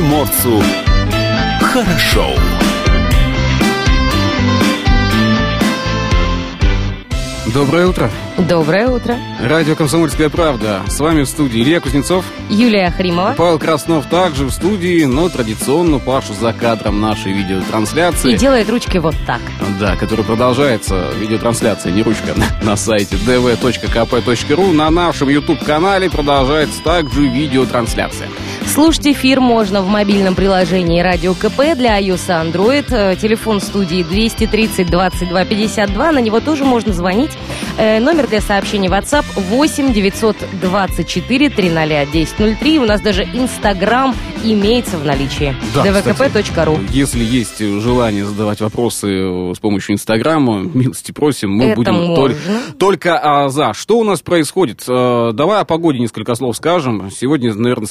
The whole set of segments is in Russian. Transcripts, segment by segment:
приморцу хорошо. Доброе утро. Доброе утро. Радио «Комсомольская правда». С вами в студии Илья Кузнецов. Юлия Хримова. Павел Краснов также в студии, но традиционно Пашу за кадром нашей видеотрансляции. И делает ручки вот так. Да, которая продолжается, видеотрансляция, не ручка, на сайте dv.kp.ru. На нашем YouTube-канале продолжается также видеотрансляция. Слушать эфир можно в мобильном приложении «Радио КП» для iOS и Android. Телефон студии 230 22 52. На него тоже можно звонить. Номер для сообщений WhatsApp 8 924 300 1003. У нас даже Инстаграм имеется в наличии. Да, dvkp.ru. Если есть желание задавать вопросы с помощью Инстаграма, милости просим, мы будем только за. Что у нас происходит? Давай о погоде несколько слов скажем. Сегодня, наверное,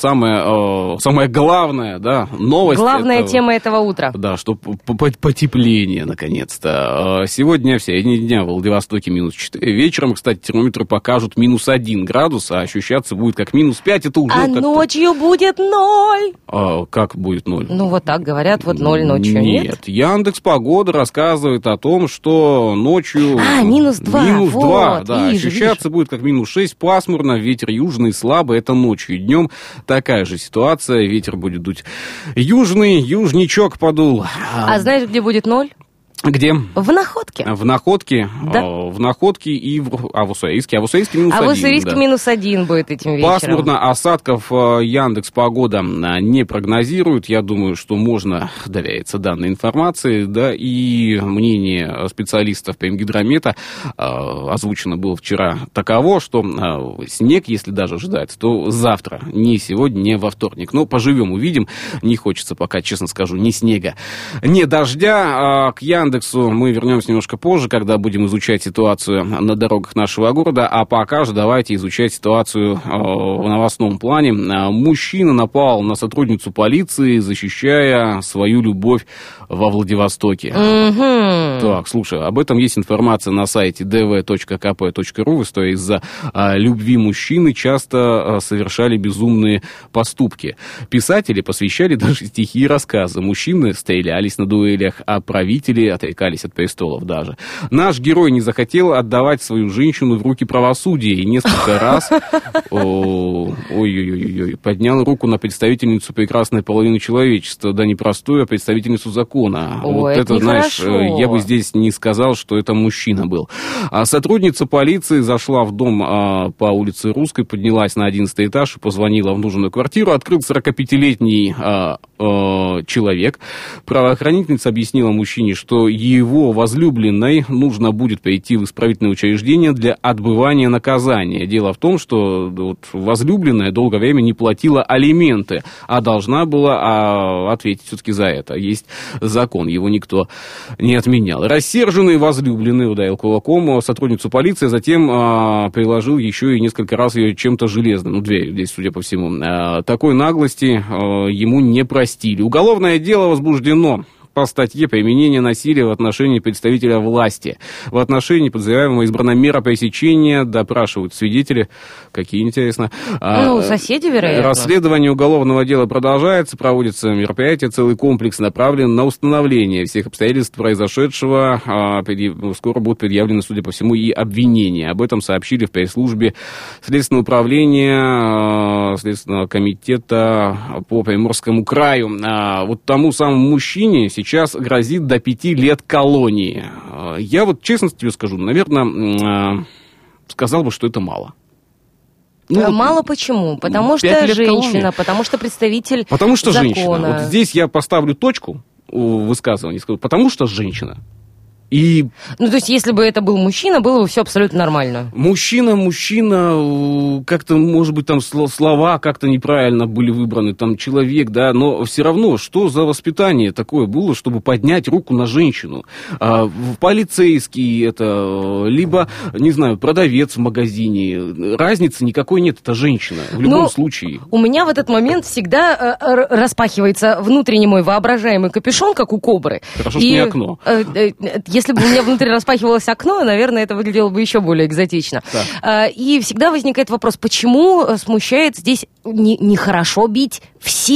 самое главное, да, новость. Главная тема этого утра. Да, что потепление, наконец-то. Сегодня в середине дня в Владивостоке минус 4. Вечером, кстати, термометры покажут минус 1 градус, а ощущаться будет как минус 5. Это уже ночью будет 0. Как будет 0? Ну, вот так говорят, вот 0 ночью. Нет, Яндекс.Погода рассказывает о том, что ночью... минус 2. Минус 2, вот, да. вижу. Ощущаться будет как минус 6, пасмурно, ветер южный, слабый, это ночью. И днем такая же ситуация, ветер будет дуть южный, южничок подул. А знаешь, где будет 0? Где? В Находке. В Находке, да. В Находке и в Уссурийске. А в Уссурийске минус 1. А в Уссурийске минус 1 будет этим вечером. Пасмурно, осадков Яндекс.Погода не прогнозирует. Я думаю, что можно довериться данной информации. Да, и мнение специалистов по Гидромета озвучено было вчера таково, что снег, если даже ожидается, то завтра, не сегодня, не во вторник. Но поживем, увидим. Не хочется пока, честно скажу, ни снега, ни дождя. К Яндексу мы вернемся немножко позже, когда будем изучать ситуацию на дорогах нашего города. А пока же давайте изучать ситуацию в новостном плане. Мужчина напал на сотрудницу полиции, защищая свою любовь во Владивостоке. Так, слушай, об этом есть информация на сайте dv.kp.ru, что из-за любви мужчины часто совершали безумные поступки. Писатели посвящали даже стихи и рассказы. Мужчины стрелялись на дуэлях, а правители отрекались от престолов даже. Наш герой не захотел отдавать свою женщину в руки правосудия и несколько раз поднял руку на представительницу прекрасной половины человечества, да не простую, а представительницу закона. Ой, вот это, знаешь, нехорошо. я бы здесь не сказал, что это мужчина был. Сотрудница полиции зашла в дом по улице Русской, поднялась на 11 этаж и позвонила в нужную квартиру. Открыл 45-летний человек. Правоохранительница объяснила мужчине, что его возлюбленной нужно будет прийти в исправительное учреждение для отбывания наказания. Дело в том, что вот, возлюбленная долгое время не платила алименты, а должна была ответить все-таки за это. Есть закон, его никто не отменял. Рассерженный возлюбленный ударил кулаком сотрудницу полиции, затем приложил еще и несколько раз ее чем-то железным. Дверь здесь, судя по всему. Такой наглости ему не простили. Уголовное дело возбуждено по статье «Применение насилия в отношении представителя власти». В отношении подозреваемого избрана мера пресечения, допрашивают свидетели. Какие, интересно. Соседи, вероятно. Расследование уголовного дела продолжается, проводится мероприятие, целый комплекс направлен на установление всех обстоятельств произошедшего. Скоро будут предъявлены, судя по всему, и обвинения. Об этом сообщили в пресс-службе Следственного управления Следственного комитета по Приморскому краю. Вот тому самому мужчине сейчас грозит до 5 лет колонии. Я вот честно тебе скажу, наверное, сказал бы, что это мало. Мало почему? Потому что женщина, потому что представитель закона. Потому что женщина. Вот здесь я поставлю точку в высказывании, скажу, потому что женщина. И... то есть, если бы это был мужчина, было бы все абсолютно нормально. Мужчина, как-то, может быть, там слова как-то неправильно были выбраны, там, человек, да, но все равно, что за воспитание такое было, чтобы поднять руку на женщину? Полицейский это, либо, не знаю, продавец в магазине, разницы никакой нет, это женщина, в любом случае. У меня в этот момент всегда распахивается внутренний мой воображаемый капюшон, как у кобры. Хорошо, что не окно. Если бы у меня внутри распахивалось окно, наверное, это выглядело бы еще более экзотично. Да. И всегда возникает вопрос, почему смущает здесь нехорошо бить всех?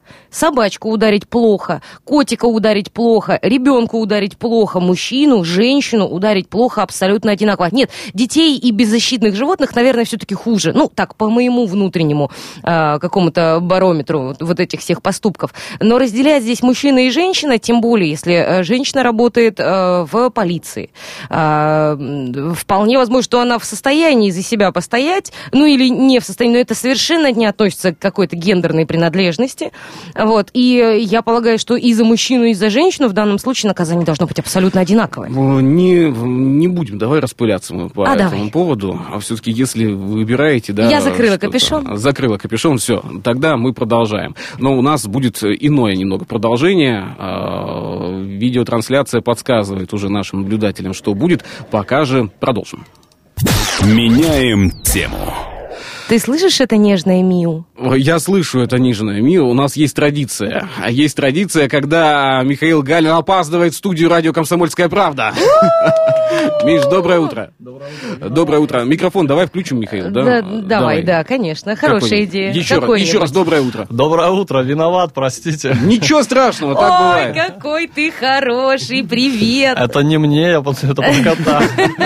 Собачку ударить плохо, котика ударить плохо, ребенка ударить плохо, мужчину, женщину ударить плохо абсолютно одинаково. Нет, детей и беззащитных животных, наверное, все-таки хуже. Ну, так, по моему внутреннему какому-то барометру вот этих всех поступков. Но разделять здесь мужчина и женщина, тем более, если женщина работает в полиции, вполне возможно, что она в состоянии за себя постоять, ну или не в состоянии, но это совершенно не относится к какой-то гендерной принадлежности. Вот. И я полагаю, что и за мужчину, и за женщину в данном случае наказание должно быть абсолютно одинаковое. Не будем, давай распыляться мы по этому поводу. А все-таки, если вы выбираете... Да, я закрыла капюшон. Закрыла капюшон, все. Тогда мы продолжаем. Но у нас будет иное немного продолжение. Видеотрансляция подсказывает уже нашим наблюдателям, что будет. Пока же продолжим. Меняем тему. Ты слышишь это нежное Миу? Я слышу это нежное Миу. У нас есть традиция. Есть традиция, когда Михаил Галин опаздывает в студию радио «Комсомольская правда». Миш, доброе утро. Доброе утро. Микрофон давай включим, Михаил, да? Давай, да, конечно. Хорошая идея. Еще раз доброе утро. Доброе утро. Виноват, простите. Ничего страшного, так бывает. Ой, какой ты хороший, привет. Это не мне, это про кота.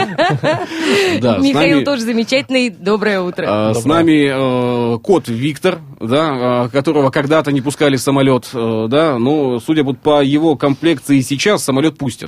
Михаил тоже замечательный. Доброе утро. С нами кот Виктор, да, которого когда-то не пускали в самолет, да, но, судя по его комплекции, сейчас самолет пустят.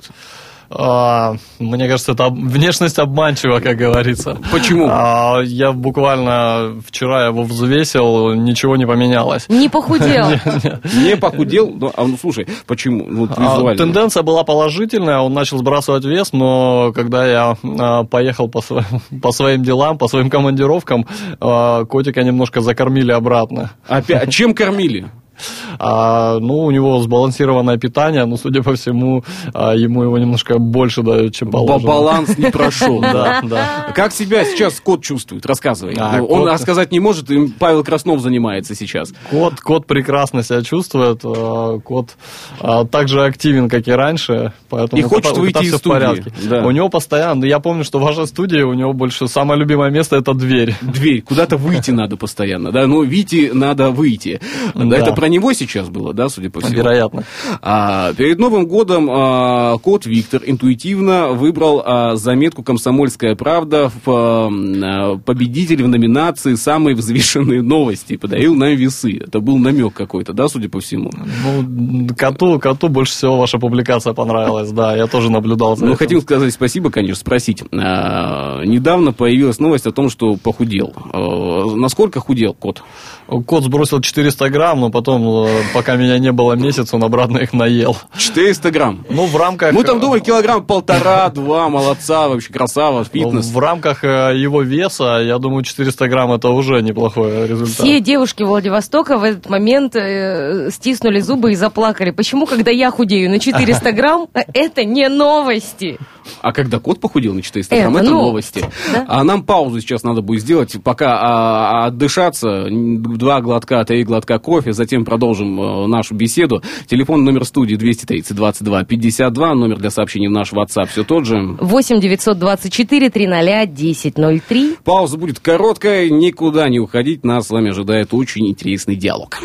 Мне кажется, это внешность обманчива, как говорится. Почему? Я буквально вчера его взвесил, ничего не поменялось. Не похудел? Не похудел? Ну, слушай, почему? Тенденция была положительная, он начал сбрасывать вес, но когда я поехал по своим делам, по своим командировкам, котика немножко закормили обратно. Опять? Чем кормили? У него сбалансированное питание, но, судя по всему, ему его немножко больше дают, чем положено. Баланс не прошел. Да. Как себя сейчас кот чувствует? Рассказывай. Он рассказать не может, им Павел Краснов занимается сейчас. Кот прекрасно себя чувствует, кот так же активен, как и раньше, поэтому и хочет выйти из студии. Да. У него постоянно, я помню, что в вашей студии у него больше самое любимое место — это дверь. Дверь, куда-то выйти надо постоянно, да, Вите надо выйти. Да. Это про него сейчас было, да, судя по всему? Вероятно. Перед Новым годом кот Виктор интуитивно выбрал заметку «Комсомольская правда» в победитель в номинации «Самые взвешенные новости» и подарил нам весы. Это был намек какой-то, да, судя по всему? Коту больше всего ваша публикация понравилась, да, я тоже наблюдал за этим. Хотим сказать спасибо, конечно, спросить. Недавно появилась новость о том, что похудел. Насколько худел кот? Кот сбросил 400 грамм, но потом, пока меня не было месяц, он обратно их наел. 400 грамм? В рамках... Мы там думали, килограмм 1,5-2, молодца, вообще красава, фитнес. В рамках его веса, я думаю, 400 грамм это уже неплохой результат. Все девушки Владивостока в этот момент стиснули зубы и заплакали. Почему, когда я худею на 400 грамм, это не новости? А когда кот похудел на 400 грамм, это новости. Да? А нам паузу сейчас надо будет сделать, пока отдышаться, 2 глотка, 3 глотка кофе, затем продолжим нашу беседу. Телефон, номер студии 230-22-52, номер для сообщений в наш WhatsApp все тот же. 8-924-300-1003. Пауза будет короткая, никуда не уходить, нас с вами ожидает очень интересный диалог.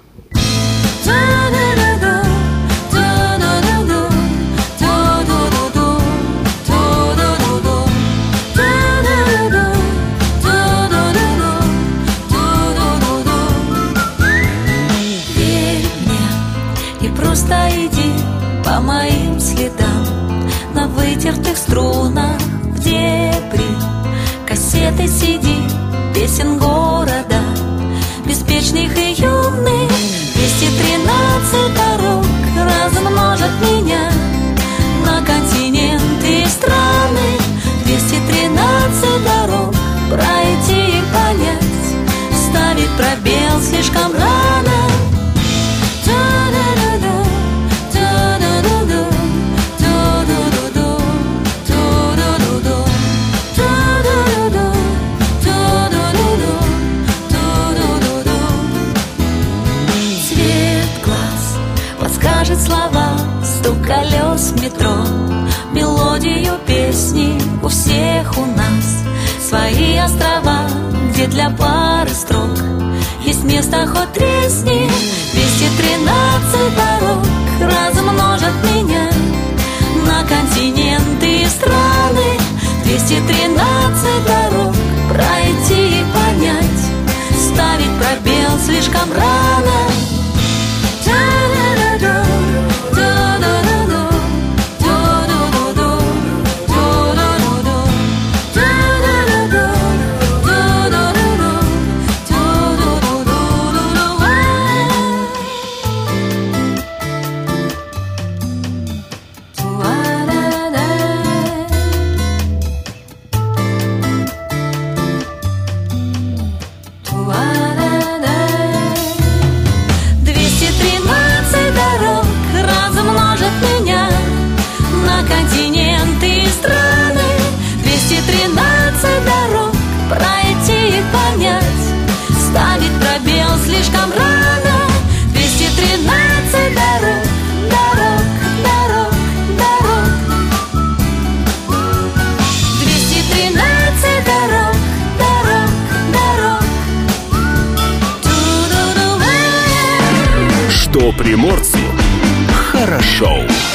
По моим следам на вытертых струнах в дебри кассеты CD, песен города, беспечных и юных. 213 дорог размножат меня на континенты и страны. 213 дорог пройти и понять, вставить пробел слишком рано. Слова, стук колес в метро, мелодию песни у всех у нас. Свои острова, где для пары строк есть место, хоть тресни. 213 дорог размножат меня на континенты и страны. 213 дорог пройти и понять, ставить пробел слишком рано. Слишком рано. 213 дорог, дорог, дорог, дорог. 213 дорог, дорог, дорог. Что приморцу хорошо.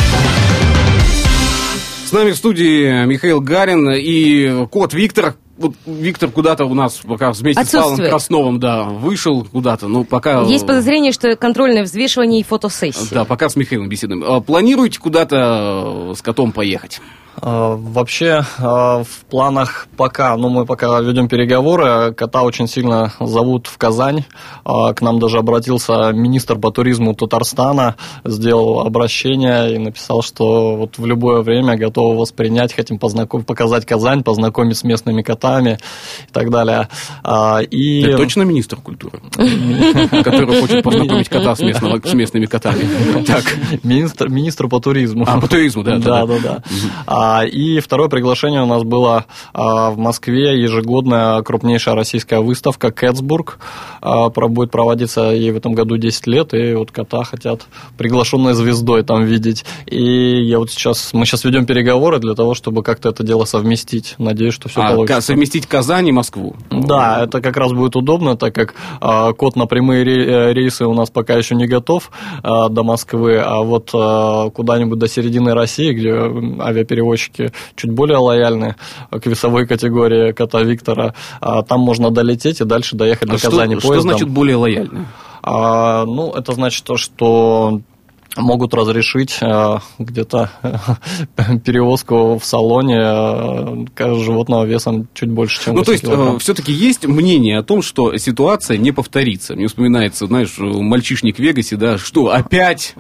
С нами в студии Михаил Гарин и кот Виктор. Вот Виктор куда-то у нас пока вместе с Павлом Красновым, да, вышел куда-то, но пока... Есть подозрение, что контрольное взвешивание и фотосессия. Да, пока с Михаилом беседуем. Планируете куда-то с котом поехать? Вообще в планах пока, мы пока ведем переговоры, кота очень сильно зовут в Казань, к нам даже обратился министр по туризму Татарстана, сделал обращение и написал, что вот в любое время готовы вас принять, хотим показать Казань, познакомить с местными котами и так далее. Это точно министр культуры, который хочет познакомить кота с местными котами? Так, министр по туризму. По туризму, да. Да. И второе приглашение у нас было в Москве, ежегодная крупнейшая российская выставка «Кэтсбург». Будет проводиться ей в этом году 10 лет, и вот кота хотят приглашенной звездой там видеть. И мы сейчас ведем переговоры для того, чтобы как-то это дело совместить. Надеюсь, что все получится. Совместить Казань и Москву? Да, это как раз будет удобно, так как кот на прямые рейсы у нас пока еще не готов до Москвы, а вот куда-нибудь до середины России, где авиаперевозчики чуть более лояльны к весовой категории кота Виктора, там можно долететь и дальше доехать до Казани поездом. Что значит более лояльны? Это значит то, что могут разрешить где-то перевозку в салоне животного весом чуть больше, чем 8 килограмм. То есть, все-таки есть мнение о том, что ситуация не повторится. Мне вспоминается, мальчишник в Вегасе, да, что, опять?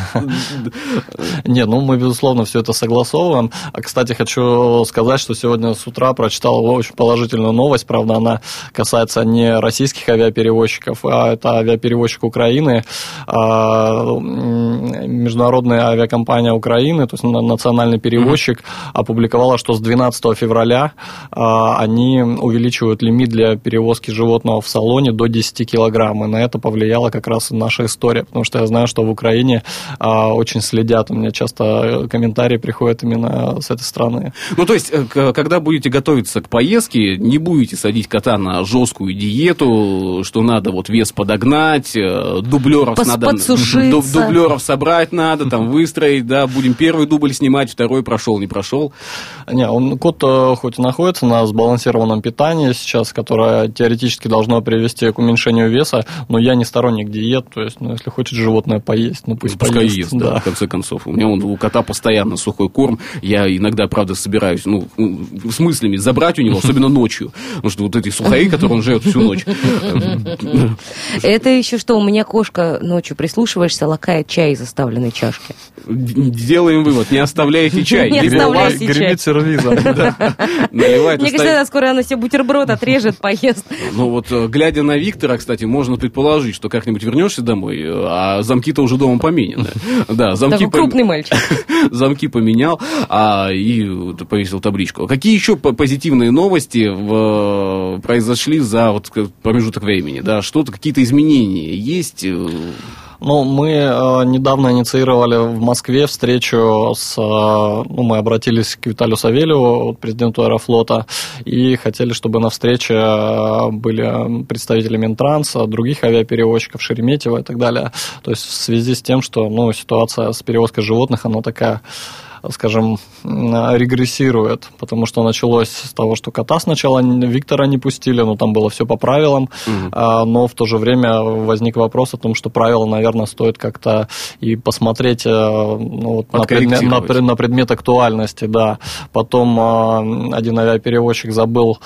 Не, мы, безусловно, все это согласовываем. Кстати, хочу сказать, что сегодня с утра прочитал очень положительную новость, правда, она касается не российских авиаперевозчиков, а это авиаперевозчик Украины, международная авиакомпания Украины, то есть национальный перевозчик, опубликовала, что с 12 февраля они увеличивают лимит для перевозки животного в салоне до 10 килограмм. И на это повлияла как раз наша история, потому что я знаю, что в Украине очень следят. У меня часто комментарии приходят именно с этой страны. То есть, когда будете готовиться к поездке, не будете садить кота на жесткую диету, что надо вес подогнать, дублеров собрать надо, там выстроить, да, будем первый дубль снимать, второй прошел, не прошел. Кот хоть и находится на сбалансированном питании сейчас, которое теоретически должно привести к уменьшению веса, но я не сторонник диет, то есть, если хочет животное поесть, пусть поест. Да, в конце концов. У меня у кота постоянно сухой корм, я иногда, правда, собираюсь, с мыслями забрать у него, особенно ночью, потому что эти сухари, которые он жрет всю ночь. Это еще что, у меня кошка ночью прислушиваешься, лакает чай из оставленной чашки. Делаем вывод, не оставляйте чай. Не оставляйте чай. Гремит сервизом. Мне кажется, скоро она себе бутерброд отрежет, поест. Глядя на Виктора, кстати, можно предположить, что как-нибудь вернешься домой, а замки-то уже дома поменены. Да, замки крупный мальчик. Замки поменял и повесил табличку. Какие еще позитивные новости произошли за промежуток времени? Да, какие-то изменения есть? Ну, мы недавно инициировали в Москве встречу мы обратились к Виталию Савельеву, президенту Аэрофлота, и хотели, чтобы на встрече были представители Минтранса, других авиаперевозчиков, Шереметьево и так далее. То есть в связи с тем, что ситуация с перевозкой животных, она такая, скажем, регрессирует, потому что началось с того, что кота сначала Виктора не пустили, но там было все по правилам, но в то же время возник вопрос о том, что правила, наверное, стоит как-то и посмотреть на предмет актуальности, да. Потом один авиаперевозчик забыл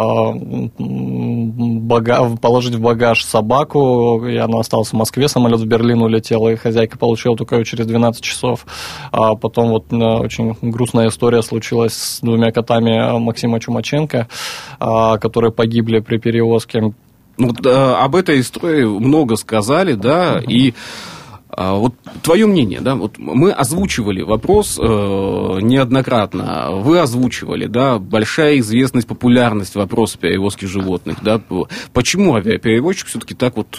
положить в багаж собаку, и она осталась в Москве, самолет в Берлин улетел, и хозяйка получила только ее через 12 часов. А потом очень грустная история случилась с 2 котами Максима Чумаченко, которые погибли при перевозке. Об этой истории много сказали, да, и вот твое мнение, да, вот мы озвучивали вопрос неоднократно, вы озвучивали, да, большая известность, популярность вопроса перевозки животных, да, почему авиаперевозчик все-таки так вот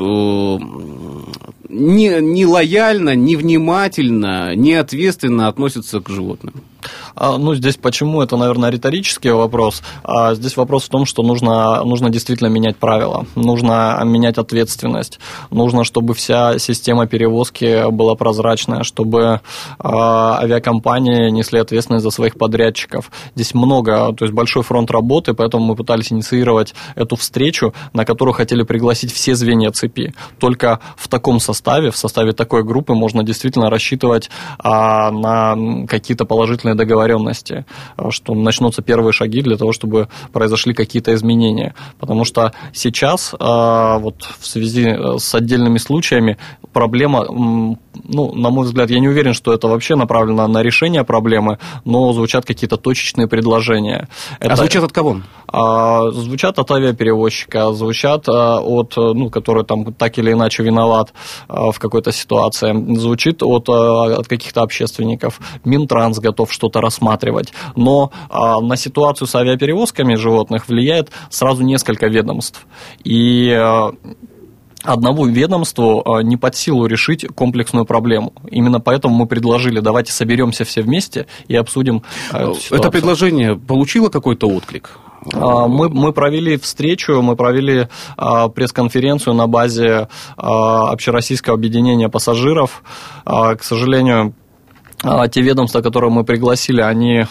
не лояльно, не внимательно, не ответственно относится к животным? Здесь почему? Это, наверное, риторический вопрос. Здесь вопрос в том, что нужно действительно менять правила, нужно менять ответственность, нужно, чтобы вся система перевозки была прозрачная, чтобы авиакомпании несли ответственность за своих подрядчиков. Здесь много, то есть большой фронт работы, поэтому мы пытались инициировать эту встречу, на которую хотели пригласить все звенья цепи. Только в таком составе, в составе такой группы можно действительно рассчитывать на какие-то положительные договоренности, что начнутся первые шаги для того, чтобы произошли какие-то изменения. Потому что сейчас, вот в связи с отдельными случаями, проблема, на мой взгляд, я не уверен, что это вообще направлено на решение проблемы, но звучат какие-то точечные предложения. Звучат от кого? Звучат от авиаперевозчика, звучат от, который там так или иначе виноват в какой-то ситуации, звучит от каких-то общественников. Минтранс готов что-то рассматривать, но на ситуацию с авиаперевозками животных влияет сразу несколько ведомств. И одному ведомству не под силу решить комплексную проблему. Именно поэтому мы предложили, давайте соберемся все вместе и обсудим ситуацию. Это предложение получило какой-то отклик? Мы провели встречу, мы провели пресс-конференцию на базе Общероссийского объединения пассажиров. К сожалению, те ведомства, которые мы пригласили, они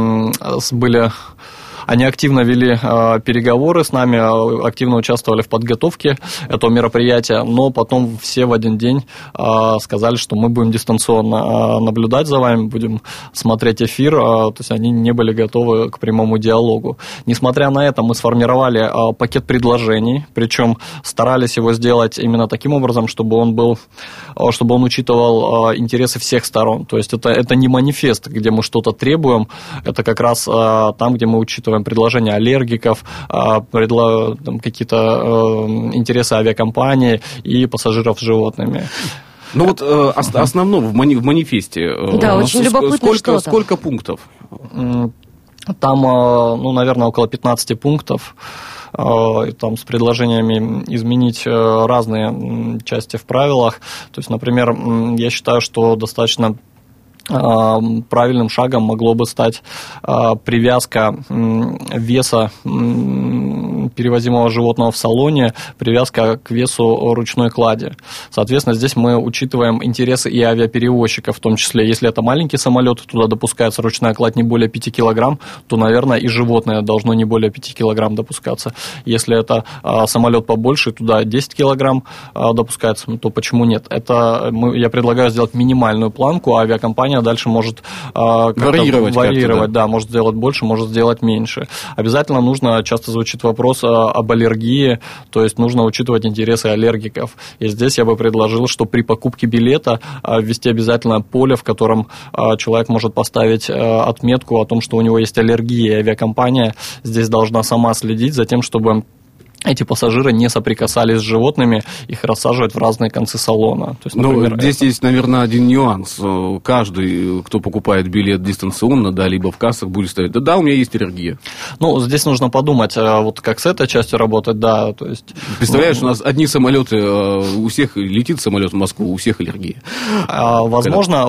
активно вели переговоры с нами, активно участвовали в подготовке этого мероприятия, но потом все в один день сказали, что мы будем дистанционно наблюдать за вами, будем смотреть эфир, то есть они не были готовы к прямому диалогу. Несмотря на это, мы сформировали пакет предложений, причем старались его сделать именно таким образом, чтобы он учитывал интересы всех сторон. То есть это не манифест, где мы что-то требуем, это как раз там, где мы учитываем предложения аллергиков, какие-то интересы авиакомпании и пассажиров с животными. Основного в манифесте. Да, очень любопытно, сколько пунктов? Там, наверное, около 15 пунктов. Там с предложениями изменить разные части в правилах. То есть, например, я считаю, что достаточно правильным шагом могло бы стать привязка веса перевозимого животного в салоне, привязка к весу ручной клади. Соответственно, здесь мы учитываем интересы и авиаперевозчиков, в том числе, если это маленький самолет, туда допускается ручная кладь не более 5 килограмм, то, наверное, и животное должно не более 5 килограмм допускаться. Если это самолет побольше, туда 10 килограмм допускается, то почему нет? Я предлагаю сделать минимальную планку, а авиакомпания дальше может варьировать, да, может сделать больше, может сделать меньше. Обязательно нужно, часто звучит вопрос об аллергии, то есть нужно учитывать интересы аллергиков. И здесь я бы предложил, что при покупке билета ввести обязательно поле, в котором человек может поставить отметку о том, что у него есть аллергия, и авиакомпания здесь должна сама следить за тем, чтобы эти пассажиры не соприкасались с животными, их рассаживают в разные концы салона. То есть, например, здесь есть, наверное, один нюанс. Каждый, кто покупает билет дистанционно, да, либо в кассах, будет ставить: да, у меня есть аллергия. Здесь нужно подумать, вот как с этой частью работать, да, то есть... Представляешь, у нас одни самолеты, у всех летит самолет в Москву, у всех аллергия. Возможно,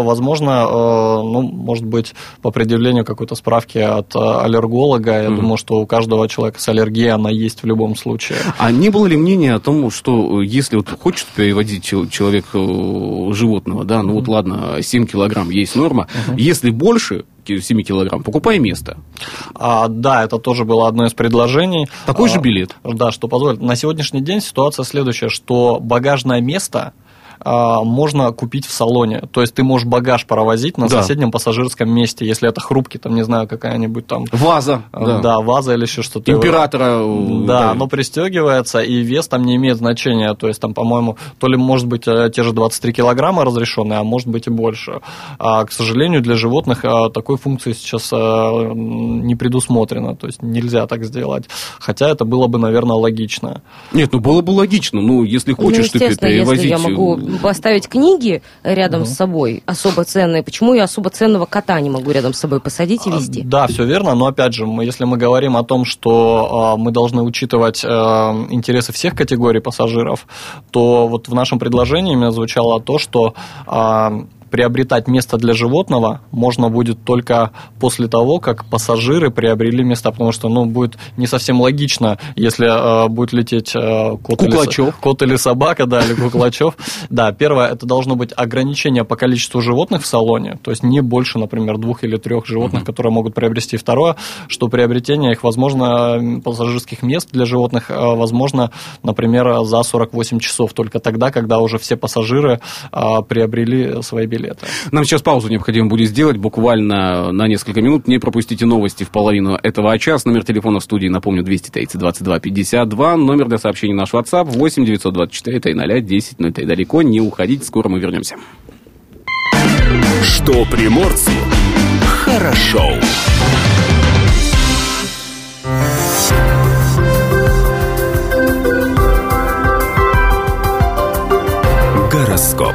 может быть, по предъявлению какой-то справки от аллерголога, я думаю, что у каждого человека с аллергией она есть в любом случае. А не было ли мнения о том, что если вот хочет переводить человек животного, да, ладно, 7 килограмм есть норма, если больше 7 килограмм, покупай место. Да, это тоже было одно из предложений. Такой же билет. Да, что позволит. На сегодняшний день ситуация следующая, что багажное место можно купить в салоне. То есть ты можешь багаж провозить на соседнем пассажирском месте, если это хрупкий, там, не знаю, какая-нибудь там... Ваза. Да, ваза или еще что-то. Императора. Да, оно пристегивается, и вес там не имеет значения. То есть там, по-моему, то ли может быть те же 23 килограмма разрешенные, а может быть и больше. К сожалению, для животных такой функции сейчас не предусмотрено. То есть нельзя так сделать. Хотя это было бы, наверное, логично. Нет, было бы логично. Если хочешь ты перевозить... Если я могу поставить книги рядом с собой особо ценные, почему я особо ценного кота не могу рядом с собой посадить и везти? Да, все верно, но опять же, если мы говорим о том, что мы должны учитывать интересы всех категорий пассажиров, то вот в нашем предложении именно звучало то, что приобретать место для животного можно будет только после того, как пассажиры приобрели места, потому что, будет не совсем логично, если будет лететь кот или собака, да, или Куклачев. Да, первое, это должно быть ограничение по количеству животных в салоне, то есть не больше, например, 2 или 3 животных, которые могут приобрести. Второе, что приобретение их, возможно, пассажирских мест для животных, возможно, например, за 48 часов, только тогда, когда уже все пассажиры приобрели свои билеты. Нам сейчас паузу необходимо будет сделать, буквально на несколько минут. Не пропустите новости в половину этого часа. Номер телефона в студии, напомню, 230 22 52. Номер для сообщений наш WhatsApp 8 924 300 10 03. Далеко не уходите, скоро мы вернемся. Что приморцу хорошо. Гороскоп.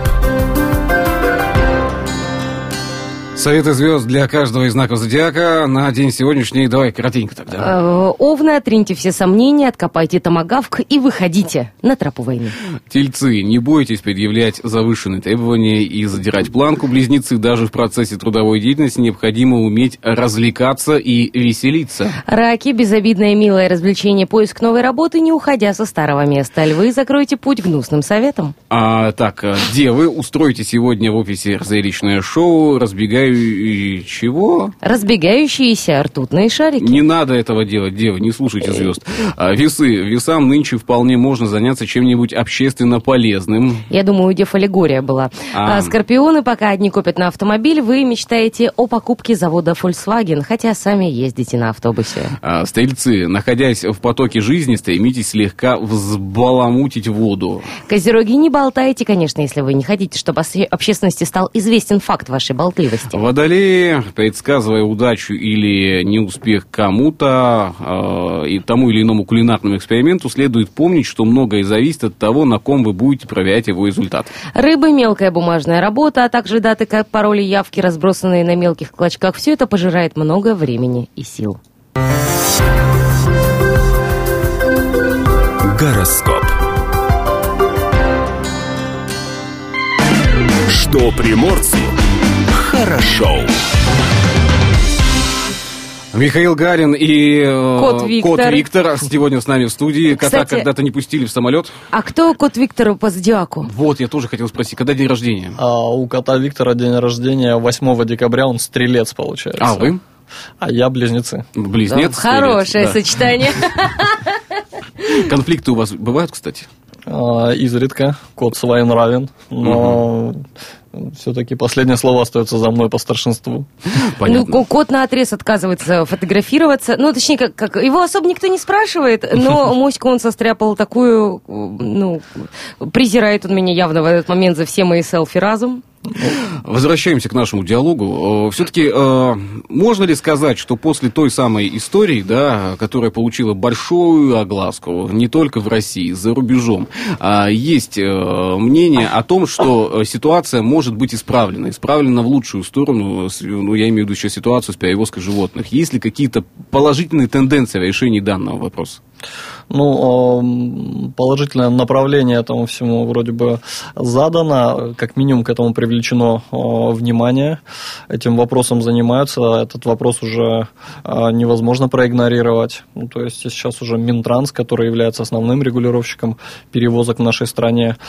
Советы звезд для каждого из знаков зодиака на день сегодняшний. Давай коротенько тогда. Овны, отриньте все сомнения, откопайте томагавк и выходите на тропу войны. Тельцы, не бойтесь предъявлять завышенные требования и задирать планку. Близнецы, даже в процессе трудовой деятельности необходимо уметь развлекаться и веселиться. Раки, безобидное милое развлечение, поиск новой работы, не уходя со старого места. Львы, закройте путь гнусным советам. Девы, устройте сегодня в офисе зрелищное шоу, Разбегающиеся ртутные шарики. Не надо этого делать, девы, не слушайте звезд. Весам нынче вполне можно заняться чем-нибудь общественно полезным. Я думаю, у дев аллегория была. Скорпионы, пока одни копят на автомобиль, вы мечтаете о покупке завода Volkswagen, хотя сами ездите на автобусе. Стрельцы, находясь в потоке жизни, стремитесь слегка взбаламутить воду. Козероги, не болтайте, конечно, если вы не хотите, чтобы общественности стал известен факт вашей болтливости. Водолеи, предсказывая удачу или неуспех кому-то и тому или иному кулинарному эксперименту, следует помнить, что многое зависит от того, на ком вы будете проверять его результат. Рыбы, мелкая бумажная работа, а также даты, как пароли, явки, разбросанные на мелких клочках, все это пожирает много времени и сил. Гороскоп. Что приморцу хорошо. Михаил Гарин и Кот Виктор сегодня с нами в студии. Кота когда-то не пустили в самолет. А кто кот Виктор по зодиаку? Вот, я тоже хотел спросить, когда день рождения? У кота Виктора день рождения 8 декабря, он стрелец, получается. А вы? А я близнецы. Близнец? Да, хорошее сочетание. Конфликты у вас бывают, кстати? Изредка. Кот своенравен, но все-таки последнее слово остается за мной по старшинству. Понятно. Кот наотрез отказывается фотографироваться. Точнее, как его особо никто не спрашивает, но моську он состряпал такую, презирает он меня явно в этот момент за все мои селфи разом. Возвращаемся к нашему диалогу. Все-таки можно ли сказать, что после той самой истории, да, которая получила большую огласку не только в России, за рубежом, есть мнение о том, что ситуация может быть исправлена в лучшую сторону, ну, я имею в виду сейчас ситуацию с перевозкой животных. Есть ли какие-то положительные тенденции в решении данного вопроса? Ну, положительное направление этому всему вроде бы задано, как минимум к этому привлечено внимание, этим вопросом занимаются, этот вопрос уже невозможно проигнорировать. Ну, то есть сейчас уже Минтранс, который является основным регулировщиком перевозок в нашей стране,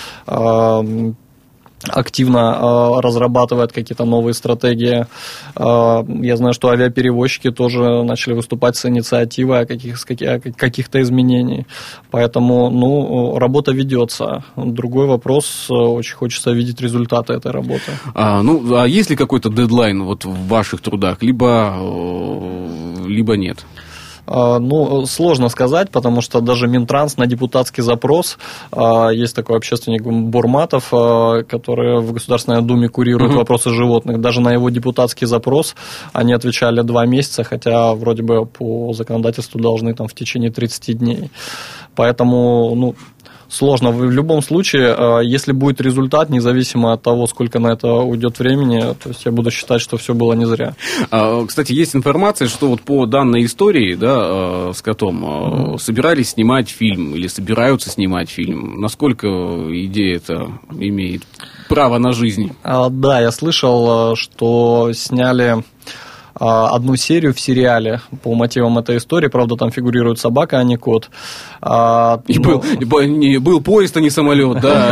активно разрабатывает какие-то новые стратегии. Я знаю, что авиаперевозчики тоже начали выступать с инициативой о каких-то изменениях. Поэтому, ну, работа ведется. Другой вопрос, очень хочется видеть результаты этой работы. А есть ли какой-то дедлайн вот в ваших трудах, либо нет? Ну, сложно сказать, потому что даже Минтранс на депутатский запрос, есть такой общественник Бурматов, который в Государственной Думе курирует вопросы животных, даже на его депутатский запрос они отвечали 2 месяца, хотя вроде бы по законодательству должны там в течение 30 дней. Поэтому, ну, сложно. В любом случае, если будет результат, независимо от того, сколько на это уйдет времени, то есть я буду считать, что все было не зря. Кстати, есть информация, что вот по данной истории, да, с котом, собирались снимать фильм или собираются снимать фильм. Насколько идея эта имеет право на жизнь? Да, я слышал, что сняли одну серию в сериале по мотивам этой истории. Правда, там фигурирует собака, а не кот. Был поезд, а не самолет, да.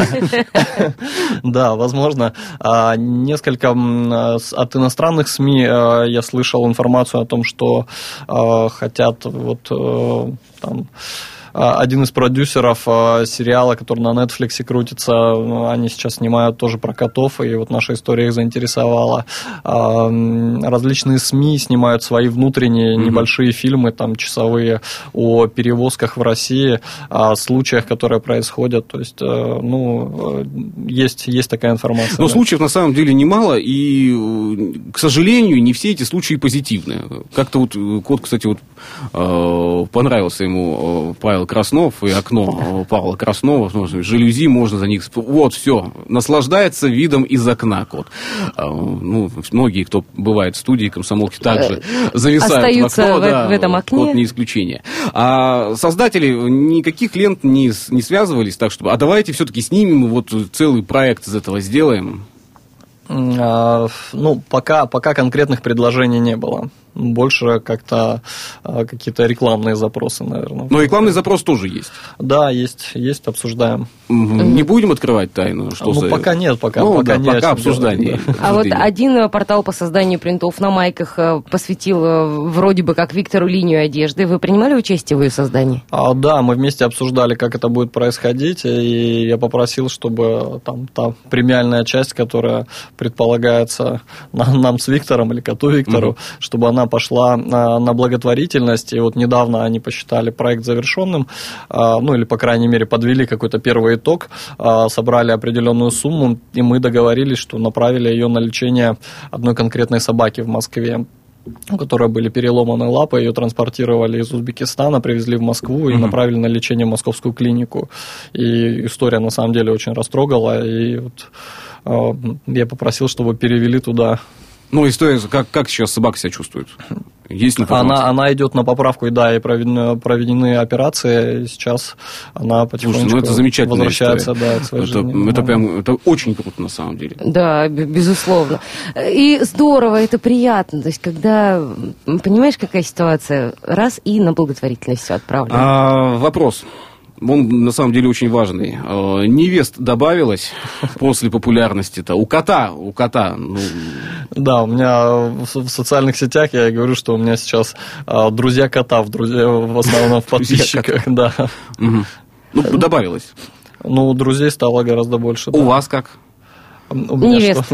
Да, возможно. Несколько от иностранных СМИ я слышал информацию о том, что хотят вот там... Один из продюсеров сериала, который на Netflix крутится, они сейчас снимают тоже про котов, и вот наша история их заинтересовала. Различные СМИ снимают свои внутренние небольшие фильмы, там, часовые, о перевозках в России, о случаях, которые происходят. То есть, ну, есть такая информация. Но случаев на самом деле немало, и, к сожалению, не все эти случаи позитивные. Как-то вот кот, кстати, вот понравился ему Павел Краснов и окно Павла Краснова, жалюзи, можно за них... Вот, все, наслаждается видом из окна кот. Ну, многие, кто бывает в студии комсомолки, также зависают остаются в окно. в этом окне. Кот не исключение. А создатели никаких лент не связывались так, чтобы... А давайте все-таки снимем, вот целый проект из этого сделаем. Ну, пока конкретных предложений не было. Больше как-то какие-то рекламные запросы, наверное. Но рекламный запрос тоже есть. Да, есть, обсуждаем. Не будем открывать тайну? Что пока нет, пока пока обсуждение. Да. А вот один портал по созданию принтов на майках посвятил вроде бы как Виктору линию одежды. Вы принимали участие в ее создании? Да, мы вместе обсуждали, как это будет происходить, и я попросил, чтобы там та премиальная часть, которая предполагается нам с Виктором или коту Виктору, чтобы она пошла на благотворительность, и вот недавно они посчитали проект завершенным, ну или, по крайней мере, подвели какой-то первый итог, собрали определенную сумму, и мы договорились, что направили ее на лечение одной конкретной собаки в Москве, у которой были переломаны лапы, ее транспортировали из Узбекистана, привезли в Москву и направили на лечение в московскую клинику. И история, на самом деле, очень растрогала, и вот я попросил, чтобы перевели туда. Ну, история, как сейчас собака себя чувствует? Есть информация? Она идет на поправку, и да, и проведены операции, и сейчас она потихонечку это замечательная возвращается история. К своей жизни. Это очень круто, на самом деле. Да, безусловно. И здорово, это приятно. То есть, когда, понимаешь, какая ситуация, раз и на благотворительность все отправлено. Вопрос. Он, на самом деле, очень важный. Невест добавилось после популярности-то? У кота. Ну... Да, у меня в социальных сетях, я говорю, что у меня сейчас друзья кота, в основном в подписчиках. Да. Ну, добавилось. Ну, друзей стало гораздо больше. У вас как? Невеста.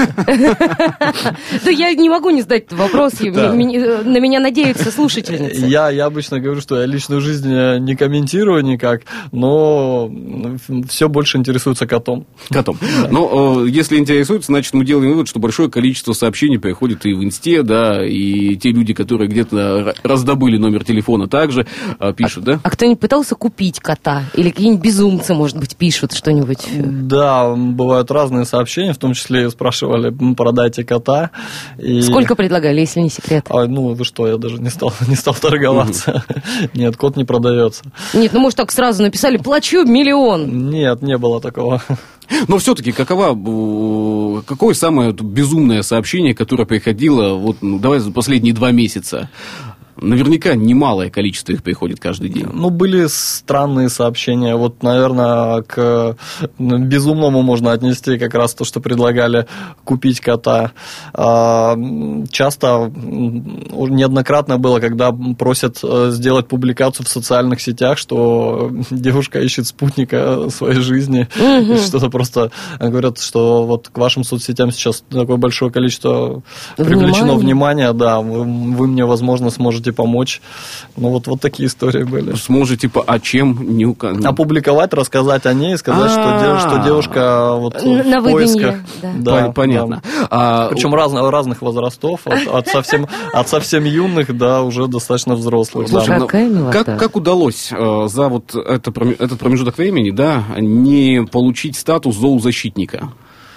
Да я не могу не задать этот вопрос. На меня надеются слушательницы. Я обычно говорю, что я личную жизнь не комментирую никак, но все больше интересуется котом. Котом. Но если интересуется, значит, мы делаем вывод, что большое количество сообщений приходит и в Инсте, да, и те люди, которые где-то раздобыли номер телефона, также пишут, да? А кто-нибудь пытался купить кота? Или какие-нибудь безумцы, может быть, пишут что-нибудь? Да, бывают разные сообщения, в том числе спрашивали, продайте кота. И... Сколько предлагали, если не секрет? Ну, вы что, я даже не стал торговаться. Нет, кот не продается. Нет, ну, может, так сразу написали, плачу 1 миллион. Нет, не было такого. Но все-таки какое самое безумное сообщение, которое приходило, вот, давай за последние 2 месяца? Наверняка немалое количество их приходит каждый день. Ну, были странные сообщения. Вот, наверное, к безумному можно отнести как раз то, что предлагали купить кота. Часто, неоднократно было, когда просят сделать публикацию в социальных сетях, что девушка ищет спутника своей жизни. Что-то просто говорят, что вот к вашим соцсетям сейчас такое большое количество привлечено внимания. Да, вы мне, возможно, сможете помочь. Ну, вот такие истории были. Сможете, а чем? Не опубликовать, рассказать о ней, сказать, что девушка вот в поисках. Да, понятно. Да. Причем разных возрастов, от совсем юных до уже достаточно взрослых. Слушай, как удалось за вот этот промежуток времени, да, не получить статус зоозащитника?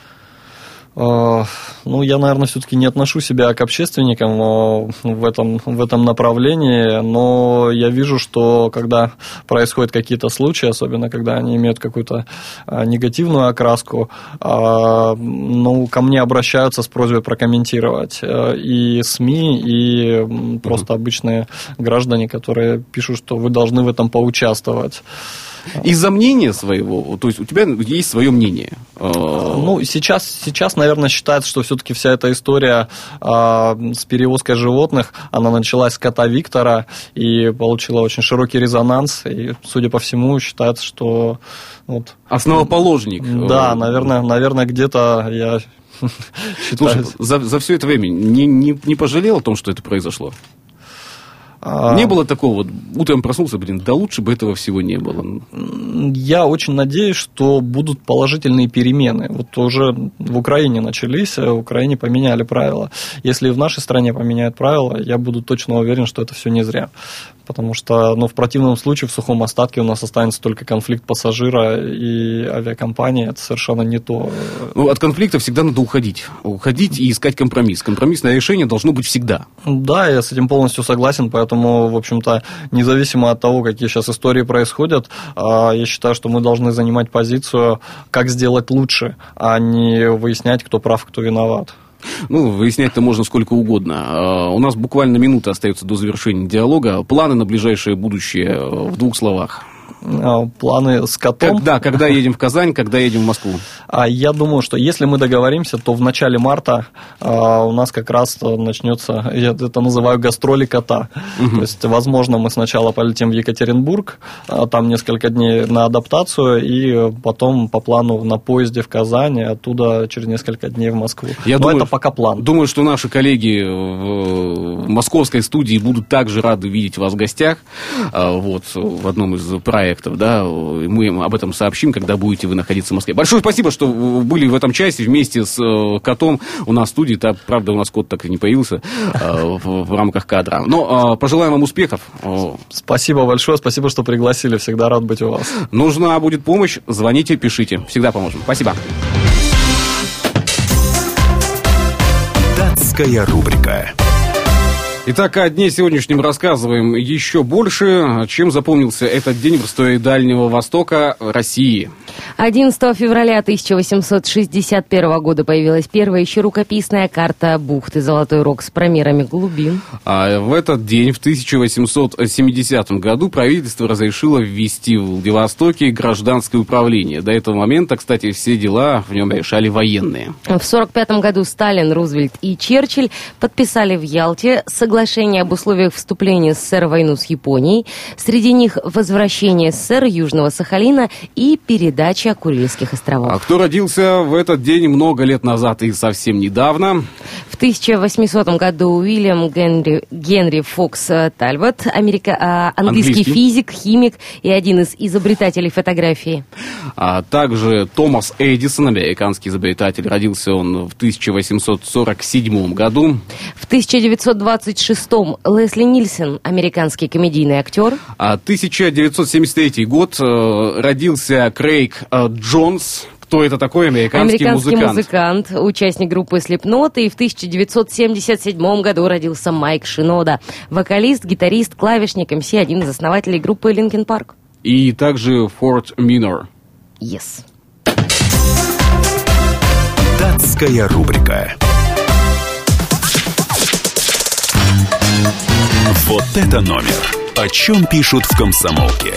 Ну, я, наверное, все-таки не отношу себя к общественникам в этом направлении, но я вижу, что когда происходят какие-то случаи, особенно когда они имеют какую-то негативную окраску, ну, ко мне обращаются с просьбой прокомментировать и СМИ, и просто обычные граждане, которые пишут, что вы должны в этом поучаствовать. Из-за мнения своего, то есть у тебя есть свое мнение? Ну, сейчас, наверное, считается, что все-таки вся эта история с перевозкой животных, она началась с кота Виктора и получила очень широкий резонанс, и, судя по всему, считается, что... Вот, основоположник. Да, наверное, где-то я считаю... Слушай, за все это время не пожалел о том, что это произошло? Не было такого, вот утром проснулся, да лучше бы этого всего не было. Я очень надеюсь, что будут положительные перемены. Вот уже в Украине начались, в Украине поменяли правила. Если в нашей стране поменяют правила, я буду точно уверен, что это все не зря. Потому что, в противном случае в сухом остатке у нас останется только конфликт пассажира и авиакомпании. Это совершенно не то. От конфликта всегда надо уходить. Уходить и искать компромисс. Компромиссное решение должно быть всегда. Да, я с этим полностью согласен, поэтому, в общем-то, независимо от того, какие сейчас истории происходят, я считаю, что мы должны занимать позицию, как сделать лучше, а не выяснять, кто прав, кто виноват. Выяснять-то можно сколько угодно. У нас буквально минута остается до завершения диалога. Планы на ближайшее будущее в 2 словах. Планы с котом. Когда едем в Казань, когда едем в Москву? Я думаю, что если мы договоримся, то в начале марта у нас как раз начнется, я это называю гастроли кота. То есть, возможно, мы сначала полетим в Екатеринбург, там несколько дней на адаптацию, и потом по плану на поезде в Казань, и оттуда через несколько дней в Москву. Это пока план. Думаю, что наши коллеги в московской студии будут также рады видеть вас в гостях в одном из проектов. Да, мы им об этом сообщим, когда будете вы находиться в Москве. Большое спасибо, что были в этом часе вместе с котом у нас в студии. Правда, у нас кот так и не появился в рамках кадра. Но пожелаем вам успехов. Спасибо большое, спасибо, что пригласили. Всегда рад быть у вас. Нужна будет помощь, звоните, пишите. Всегда поможем. Спасибо. Датская рубрика. Итак, о дне сегодняшнем рассказываем еще больше. Чем запомнился этот день в истории Дальнего Востока России? 11 февраля 1861 года появилась первая еще рукописная карта бухты Золотой Рог с промерами глубин. А в этот день, в 1870 году, правительство разрешило ввести в Владивостоке гражданское управление. До этого момента, кстати, все дела в нем решали военные. В 1945 году Сталин, Рузвельт и Черчилль подписали в Ялте соглашение об условиях вступления СССР в войну с Японией. Среди них возвращение СССР Южного Сахалина и передача передачи о Курильских островах. А кто родился в этот день много лет назад и совсем недавно? В 1800 году Уильям Генри Фокс Тальбот, английский физик, химик и один из изобретателей фотографии. А также Томас Эдисон, американский изобретатель. Родился он в 1847 году. В 1926-м Лесли Нильсон, американский комедийный актер. 1973 год родился Крейг Джонс. Кто это такой? Американский музыкант, участник группы Slipknot. И в 1977 году родился Майк Шинода, вокалист, гитарист, клавишник, МС, один из основателей группы Linkin Park. И также Форт Минор. Yes. Датская рубрика. Вот это номер. О чем пишут в «Комсомолке».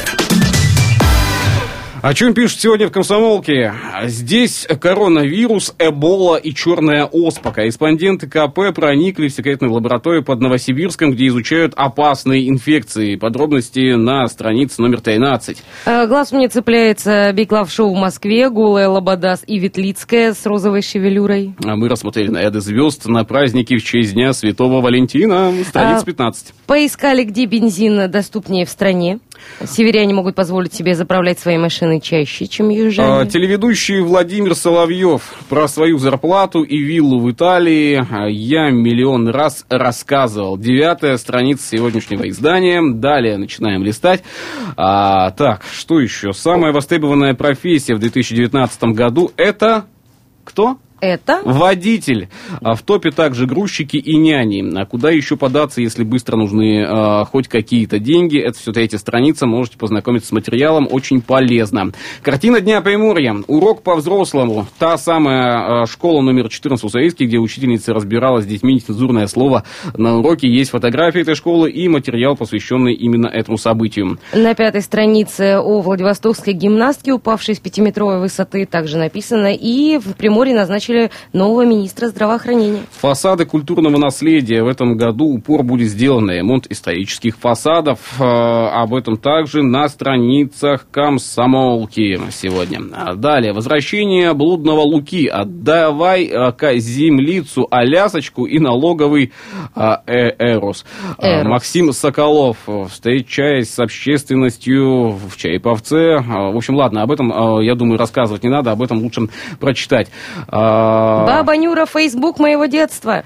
О чем пишут сегодня в «Комсомолке»? Здесь коронавирус, эбола и черная оспа. Корреспонденты КП проникли в секретную лабораторию под Новосибирском, где изучают опасные инфекции. Подробности на странице номер 13. Глаз мне цепляется Big Love Show в Москве, голая лобода и Ветлицкая с розовой шевелюрой. Мы рассмотрели наряды звезд на празднике в честь Дня Святого Валентина. Страница 15. Поискали, где бензин доступнее в стране. Северяне могут позволить себе заправлять свои машины чаще, чем южане. Телеведущий Владимир Соловьев про свою зарплату и виллу в Италии я миллион раз рассказывал. 9-я страница сегодняшнего издания. Далее начинаем листать. Так, что еще? Самая востребованная профессия в 2019 году — это кто? Это? Водитель. В топе также грузчики и няни. А куда еще податься, если быстро нужны хоть какие-то деньги? Это все 3-я страница. Можете познакомиться с материалом. Очень полезно. Картина Дня Приморья. Урок по-взрослому. Та самая школа номер 14 в Уссурийске, где учительница разбирала с детьми нецензурное слово. На уроке есть фотографии этой школы и материал, посвященный именно этому событию. На 5-й странице о владивостокской гимнастке, упавшей с 5-метровой высоты, также написано. И в Приморье назначили нового министра здравоохранения. Фасады культурного наследия. В этом году упор будет сделан на ремонт исторических фасадов. Об этом также на страницах «Комсомолки» сегодня. Далее. Возвращение блудного Луки. Отдавай-ка землицу, Алясочку и налоговый Эрос. Максим Соколов, встречаясь с общественностью в Череповце. В общем, ладно, об этом, я думаю, рассказывать не надо, об этом лучше прочитать. Баба Нюра, Фейсбук моего детства.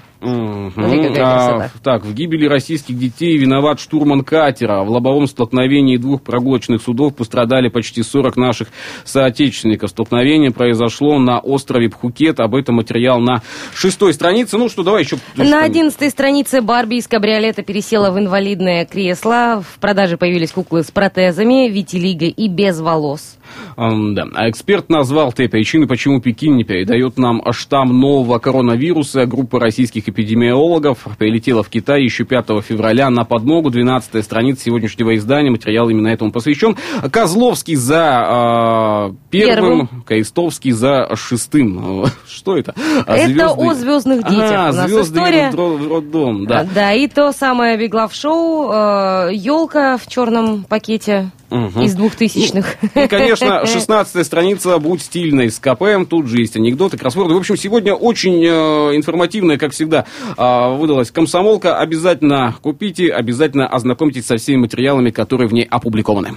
Так, в гибели российских детей виноват штурман катера. В лобовом столкновении 2 прогулочных судов пострадали почти 40 наших соотечественников. Столкновение произошло на острове Пхукет. Об этом материал на 6-й странице. Ну что, давай еще... На 11-й странице Барби из кабриолета пересела в инвалидное кресло. В продаже появились куклы с протезами, витилиго и без волос. Да. А эксперт назвал 3 причины, почему Пекин не передает нам штамм нового коронавируса. Группа российских эпидемиологов прилетела в Китай еще 5 февраля на подмогу. 12-я страница сегодняшнего издания. Материал именно этому посвящен. Козловский за первым, Крестовский за 6-м. Что это? Это о звездных детях. У нас звезды история. Роддом, да. Да, и то самое Big Love Show, елка в черном пакете. Из 2000-х. И, конечно, 16-я страница «Будь стильной» с КП. Тут же есть анекдоты, кроссворды. В общем, сегодня очень информативная, как всегда, выдалась «Комсомолка». Обязательно купите, обязательно ознакомьтесь со всеми материалами, которые в ней опубликованы.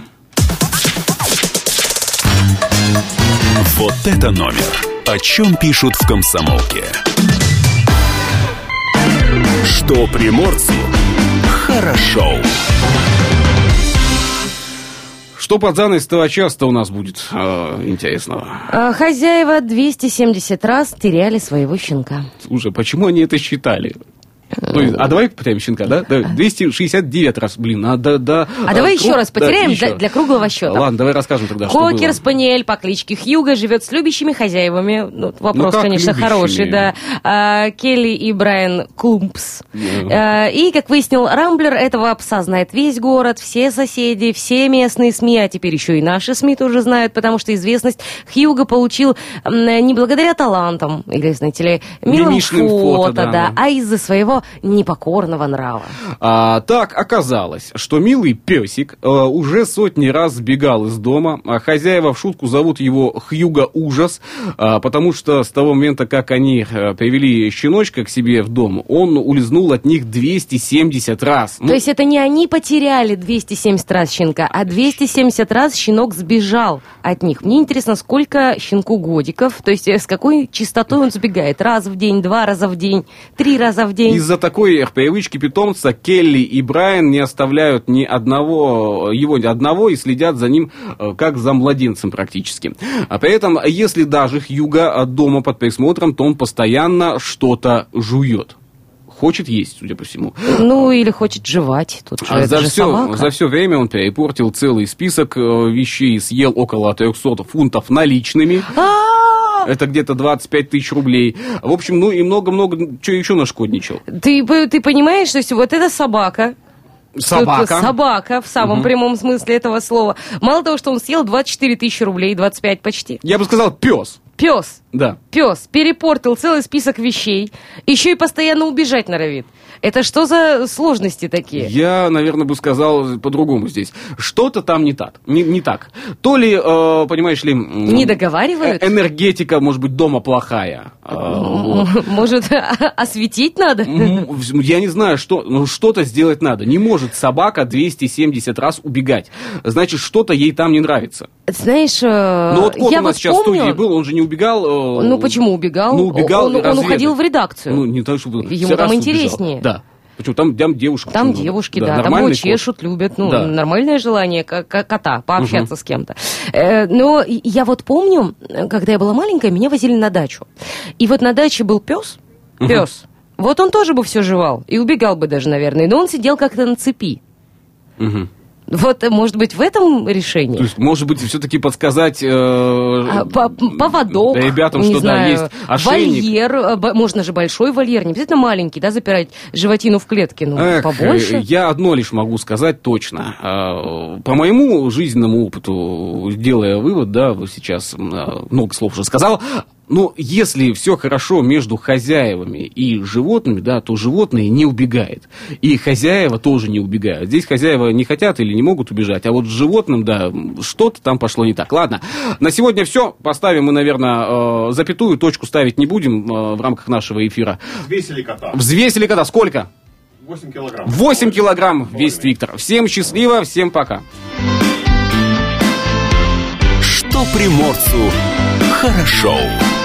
Вот это номер. О чем пишут в «Комсомолке». Что приморцу хорошо. Что под занавес этого часа у нас будет интересного? Хозяева 270 раз теряли своего щенка. Слушай, почему они это считали? То есть, давай потеряем щенка, да? 269 раз, блин. Давай еще раз потеряем для круглого счета. Ладно, давай расскажем тогда, что было. Кокер-спаниель по кличке Хьюго живет с любящими хозяевами. Вопрос, конечно, любящими? Хороший, да. Келли и Брайан Клумпс. И, как выяснил Рамблер, этого пса знает весь город, все соседи, все местные СМИ, а теперь еще и наши СМИ тоже знают, потому что известность Хьюго получил не благодаря талантам, или, знаете ли, милым фото, да, а из-за своего его непокорного нрава. Так оказалось, что милый песик уже сотни раз сбегал из дома. Хозяева в шутку зовут его Хьюго Ужас, потому что с того момента, как они привели щеночка к себе в дом, он улизнул от них 270 раз. То есть это не они потеряли 270 раз щенка, а 270 раз щенок сбежал от них. Мне интересно, сколько щенку годиков, то есть с какой частотой он сбегает? Раз в день, 2 раза в день, 3 раза в день? Из-за такой привычки питомца Келли и Брайан не оставляют ни одного и следят за ним как за младенцем практически. А при этом, если даже Хьюго дома под присмотром, то он постоянно что-то жует. Хочет есть, судя по всему. Ну, или хочет жевать. Тут же, это же собака. За все время он перепортил целый список вещей, съел около 300 фунтов наличными. Это где-то 25 тысяч рублей. В общем, ну и много-много, что еще нашкодничал. Ты понимаешь, что вот эта собака... Собака в самом прямом смысле этого слова. Мало того, что он съел 24 тысячи рублей, 25 почти. Я бы сказал, пес. Да. Пес перепортил целый список вещей, еще и постоянно убежать норовит. Это что за сложности такие? Я, наверное, бы сказал по-другому здесь. Что-то там не так. Не так. То ли, понимаешь ли... Не договаривают? Энергетика, может быть, дома плохая. Может, осветить надо? Я не знаю, что-то сделать надо. Не может собака 270 раз убегать. Значит, что-то ей там не нравится. Знаешь, ну вот кот у нас сейчас в студии был, он же не убегал. Ну почему убегал? Ну, убегал он уходил в редакцию. Ну, не так, чтобы... Ему там интереснее. Убежал. Да. Почему? Там девушка. Там девушки, да. Там его чешут, любят. Ну, да. Нормальное желание кота пообщаться с кем-то. Но я вот помню, когда я была маленькая, меня возили на дачу. И вот на даче был пес. Вот он тоже бы все жевал. И убегал бы даже, наверное. Но он сидел как-то на цепи. Вот, может быть, в этом решении? То есть, может быть, все-таки подсказать поводок, ребятам, не что знаю, да, есть ошейник. Вольер, можно же большой вольер, не обязательно маленький, да, запирать животину в клетке, ну, побольше. Я одно лишь могу сказать точно. По моему жизненному опыту, делая вывод, да, сейчас много слов уже сказал, но если все хорошо между хозяевами и животными, да, то животные не убегают. И хозяева тоже не убегают. Здесь хозяева не хотят или не могут убежать, а вот с животным, да, что-то там пошло не так. Ладно, на сегодня все. Поставим мы, наверное, запятую, точку ставить не будем в рамках нашего эфира. Взвесили кота. Взвесили кота. Сколько? 8 килограмм. 8 килограмм весит Виктор. Всем счастливо, всем пока. Что приморцу хорошо.